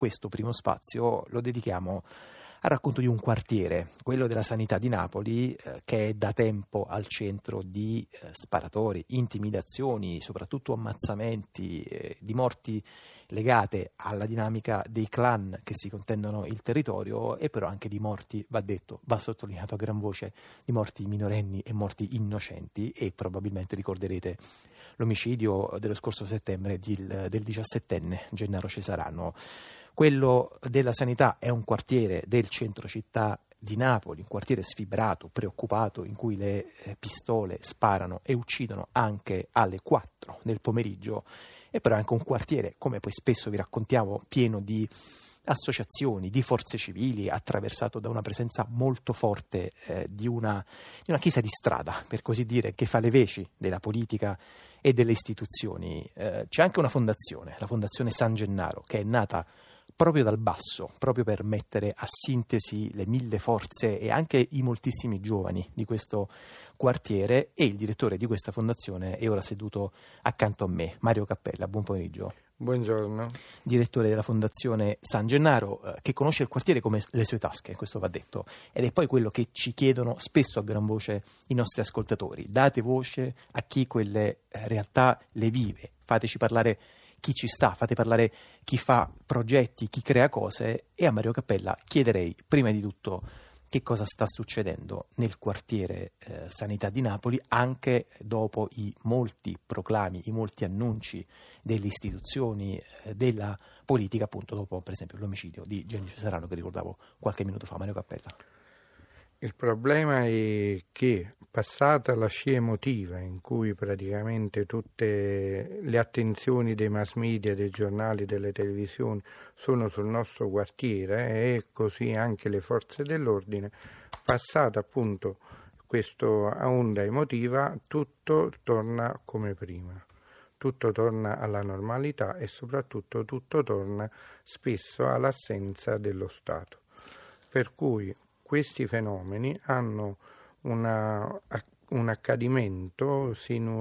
questo primo spazio lo dedichiamo al racconto di un quartiere, quello della sanità di Napoli, che è da tempo al centro di sparatori, intimidazioni, soprattutto ammazzamenti, di morti legate alla dinamica dei clan che si contendono il territorio, e però anche di morti, va detto, va sottolineato a gran voce, di morti minorenni e morti innocenti. E probabilmente ricorderete l'omicidio dello scorso settembre del 17enne Gennaro Cesarano. Quello della sanità è un quartiere del centro città di Napoli, un quartiere sfibrato, preoccupato, in cui le pistole sparano e uccidono anche alle 4 del pomeriggio, e però è anche un quartiere, come poi spesso vi raccontiamo, pieno di associazioni, di forze civili, attraversato da una presenza molto forte di una chiesa di strada, per così dire, che fa le veci della politica e delle istituzioni. C'è anche una fondazione, la Fondazione San Gennaro, che è nata proprio dal basso, proprio per mettere a sintesi le 1000 forze e anche i moltissimi giovani di questo quartiere, e il direttore di questa fondazione è ora seduto accanto a me, Mario Cappella. Buon pomeriggio. Buongiorno. Direttore della Fondazione San Gennaro, che conosce il quartiere come le sue tasche, questo va detto, ed è poi quello che ci chiedono spesso a gran voce i nostri ascoltatori: date voce a chi quelle realtà le vive, fateci parlare chi ci sta, fate parlare chi fa progetti, chi crea cose. E a Mario Cappella chiederei prima di tutto che cosa sta succedendo nel quartiere Sanità di Napoli, anche dopo i molti proclami, i molti annunci delle istituzioni, della politica, appunto dopo per esempio l'omicidio di Gennaro Cesarano che ricordavo qualche minuto fa. Mario Cappella. Il problema è che, passata la scia emotiva in cui praticamente tutte le attenzioni dei mass media, dei giornali, delle televisioni sono sul nostro quartiere, e così anche le forze dell'ordine, passata appunto questa onda emotiva, tutto torna come prima. Tutto torna alla normalità e soprattutto tutto torna spesso all'assenza dello Stato. Per cui questi fenomeni hanno un accadimento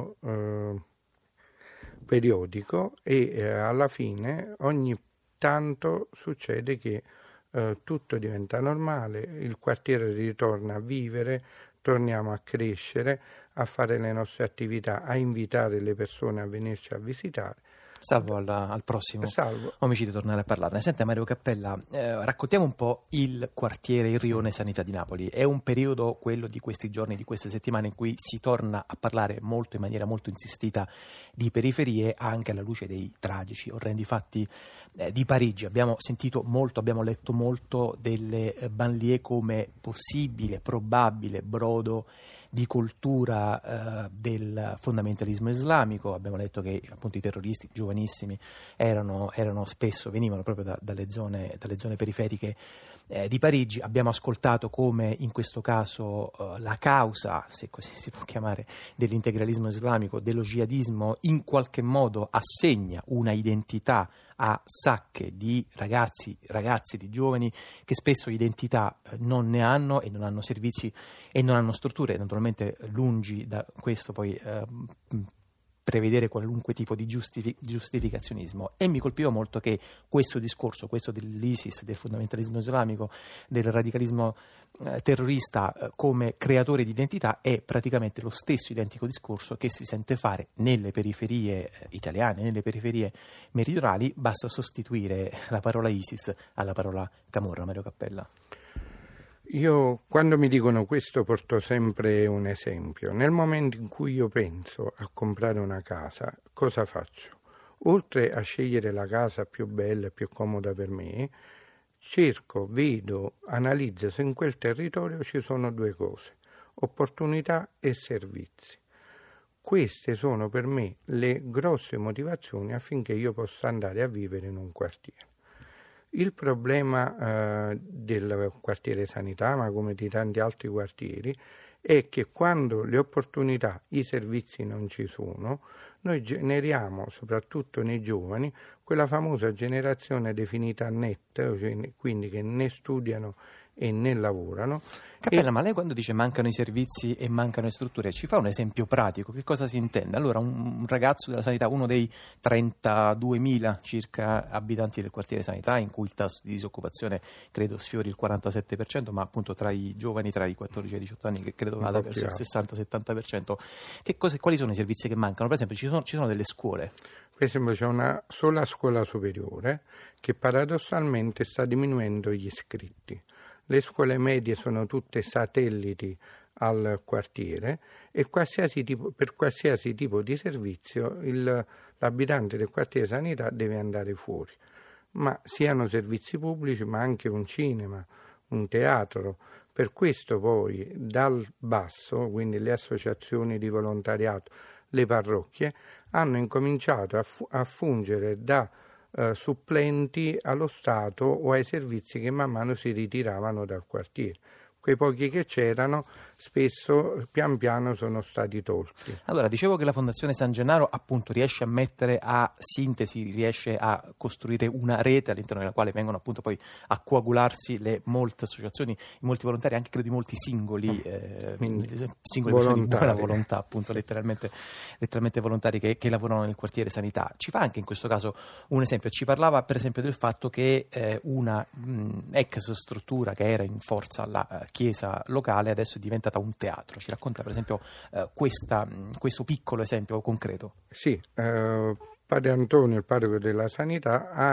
periodico, e alla fine ogni tanto succede che tutto diventa normale, il quartiere ritorna a vivere, torniamo a crescere, a fare le nostre attività, a invitare le persone a venirci a visitare. Salvo al prossimo omicidio tornare a parlarne. Senta Mario Cappella, raccontiamo un po' il quartiere, il rione Sanità di Napoli. È un periodo, quello di questi giorni, di queste settimane, in cui si torna a parlare molto, in maniera molto insistita, di periferie, anche alla luce dei tragici, orrendi fatti di Parigi. Abbiamo sentito molto, abbiamo letto molto delle banlieue come possibile, probabile brodo di coltura del fondamentalismo islamico. Abbiamo letto che appunto i terroristi giovanissimi venivano proprio dalle zone periferiche di Parigi. Abbiamo ascoltato come in questo caso la causa, se così si può chiamare, dell'integralismo islamico, dello jihadismo, in qualche modo assegna una identità a sacche di ragazzi, di giovani che spesso identità non ne hanno, e non hanno servizi e non hanno strutture. Naturalmente lungi da questo poi prevedere qualunque tipo di giustificazionismo. E mi colpiva molto che questo discorso, questo dell'ISIS, del fondamentalismo islamico, del radicalismo terrorista come creatore di identità, è praticamente lo stesso identico discorso che si sente fare nelle periferie italiane, nelle periferie meridionali. Basta sostituire la parola ISIS alla parola camorra. Mario Cappella. Io, quando mi dicono questo, porto sempre un esempio. Nel momento in cui io penso a comprare una casa, cosa faccio? Oltre a scegliere la casa più bella e più comoda per me, vedo, analizzo se in quel territorio ci sono due cose: opportunità e servizi. Queste sono per me le grosse motivazioni affinché io possa andare a vivere in un quartiere. Il problema del quartiere Sanità, ma come di tanti altri quartieri, è che quando le opportunità, i servizi non ci sono, noi generiamo, soprattutto nei giovani, quella famosa generazione definita NEET, quindi che né studiano e ne lavorano. Cappella, ma lei quando dice mancano i servizi e mancano le strutture, ci fa un esempio pratico? Che cosa si intende? Allora, un ragazzo della sanità, uno dei 32.000 circa abitanti del quartiere sanità, in cui il tasso di disoccupazione credo sfiori il 47%, ma appunto tra i giovani, tra i 14 e i 18 anni, che credo vada verso il 60-70%. Quali sono i servizi che mancano? Per esempio, ci sono delle scuole. Per esempio c'è una sola scuola superiore che paradossalmente sta diminuendo gli iscritti. Le scuole medie sono tutte satelliti al quartiere e per qualsiasi tipo di servizio l'abitante del quartiere sanità deve andare fuori. Ma siano servizi pubblici, ma anche un cinema, un teatro. Per questo poi dal basso, quindi le associazioni di volontariato, le parrocchie, hanno incominciato a fungere da supplenti allo Stato o ai servizi che man mano si ritiravano dal quartiere. Quei pochi che c'erano spesso pian piano sono stati tolti. Allora, dicevo che la Fondazione San Gennaro appunto riesce a mettere a sintesi, riesce a costruire una rete all'interno della quale vengono appunto poi a coagularsi le molte associazioni, i molti volontari, anche credo i molti singoli persone di buona volontà, appunto letteralmente volontari che lavorano nel quartiere sanità. Ci fa anche in questo caso un esempio, ci parlava per esempio del fatto che una ex struttura che era in forza alla chiesa locale adesso è diventata un teatro. Ci racconta per esempio questo piccolo esempio concreto? Sì, Padre Antonio, il parroco della sanità, ha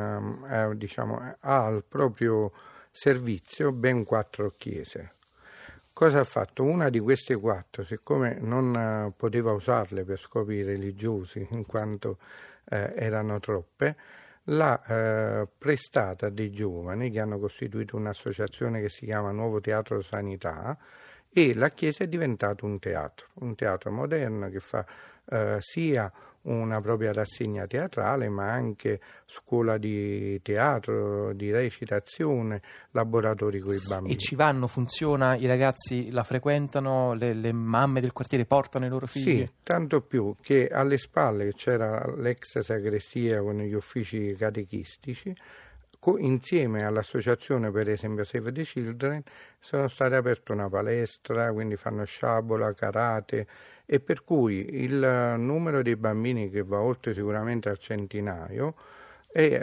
al proprio servizio ben 4 chiese. Cosa ha fatto? Una di queste 4, siccome non poteva usarle per scopi religiosi, in quanto erano troppe, l'ha prestata a dei giovani che hanno costituito un'associazione che si chiama Nuovo Teatro Sanità, e la chiesa è diventato un teatro moderno che fa sia una propria rassegna teatrale, ma anche scuola di teatro, di recitazione, laboratori con i bambini. E ci vanno, funziona, i ragazzi la frequentano, le mamme del quartiere portano i loro figli? Sì, tanto più che alle spalle c'era l'ex sagrestia con gli uffici catechistici. Insieme all'associazione, per esempio Save the Children, sono state aperte una palestra, quindi fanno sciabola, karate, e per cui il numero dei bambini che va oltre sicuramente al centinaio, e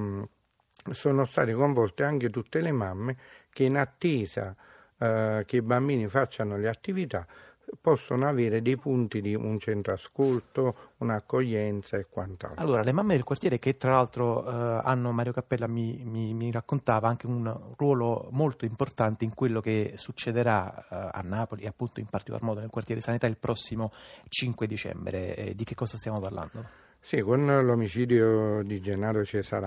sono state coinvolte anche tutte le mamme che, in attesa che i bambini facciano le attività, possono avere dei punti di un centro ascolto, un'accoglienza e quant'altro. Allora, le mamme del quartiere, che tra l'altro hanno, Mario Cappella mi raccontava, anche un ruolo molto importante in quello che succederà a Napoli e appunto in particolar modo nel quartiere sanità il prossimo 5 dicembre. Di che cosa stiamo parlando? Sì, con l'omicidio di Gennaro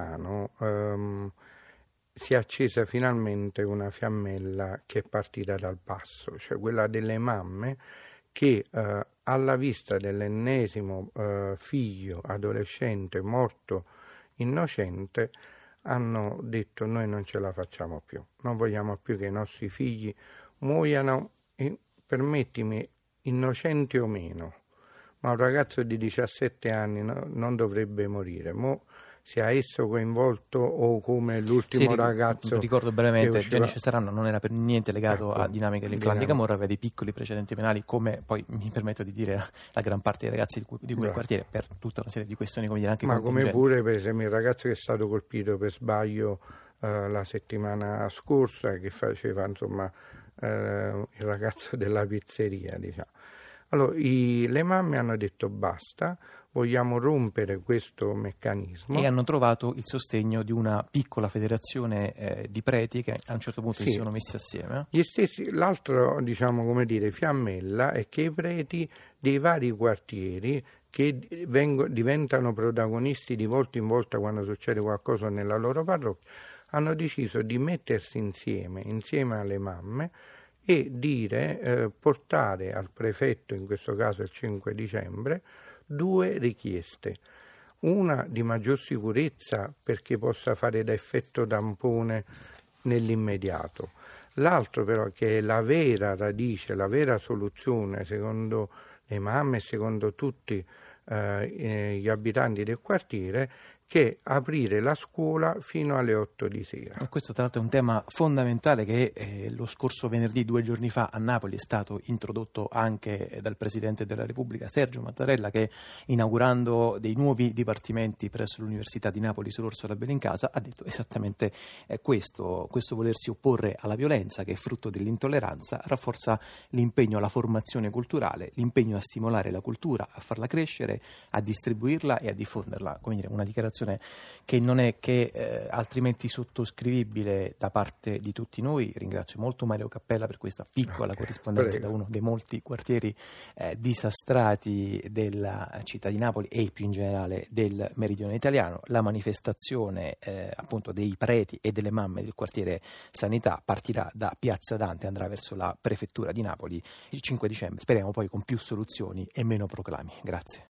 Cesarano si è accesa finalmente una fiammella che è partita dal basso, cioè quella delle mamme che alla vista dell'ennesimo figlio adolescente morto innocente hanno detto: noi non ce la facciamo più, non vogliamo più che i nostri figli muoiano, permettimi, innocenti o meno, ma un ragazzo di 17 anni non dovrebbe morire. Sia esso coinvolto o come l'ultimo ragazzo. Ricordo brevemente, Gianni Cesarano non era per niente legato a dinamiche del clan di Camorra, aveva dei piccoli precedenti penali, come poi mi permetto di dire la gran parte dei ragazzi di quel quartiere, per tutta una serie di questioni, come dire, anche come pure per esempio il ragazzo che è stato colpito per sbaglio la settimana scorsa, che faceva il ragazzo della pizzeria, diciamo. Allora, le mamme hanno detto basta, vogliamo rompere questo meccanismo. E hanno trovato il sostegno di una piccola federazione di preti che a un certo punto si sono messi assieme. L'altro, fiammella è che i preti dei vari quartieri, che diventano protagonisti di volta in volta quando succede qualcosa nella loro parrocchia, hanno deciso di mettersi insieme alle mamme, e portare al prefetto, in questo caso il 5 dicembre, 2 richieste. Una di maggior sicurezza, perché possa fare da effetto tampone nell'immediato. L'altro però, che è la vera radice, la vera soluzione, secondo le mamme e secondo tutti gli abitanti del quartiere, che aprire la scuola fino alle 8 di sera. E questo tra l'altro è un tema fondamentale che lo scorso venerdì, 2 giorni fa, a Napoli è stato introdotto anche dal Presidente della Repubblica Sergio Mattarella, che inaugurando dei nuovi dipartimenti presso l'Università di Napoli sull'Orsola Benincasa ha detto esattamente questo volersi opporre alla violenza, che è frutto dell'intolleranza, rafforza l'impegno alla formazione culturale, l'impegno a stimolare la cultura, a farla crescere, a distribuirla e a diffonderla. Come dire, una dichiarazione che non è che altrimenti sottoscrivibile da parte di tutti noi. Ringrazio molto Mario Cappella per questa piccola corrispondenza da uno dei molti quartieri disastrati della città di Napoli e più in generale del meridione italiano. La manifestazione appunto dei preti e delle mamme del quartiere Sanità partirà da Piazza Dante e andrà verso la prefettura di Napoli il 5 dicembre. Speriamo poi con più soluzioni e meno proclami. Grazie.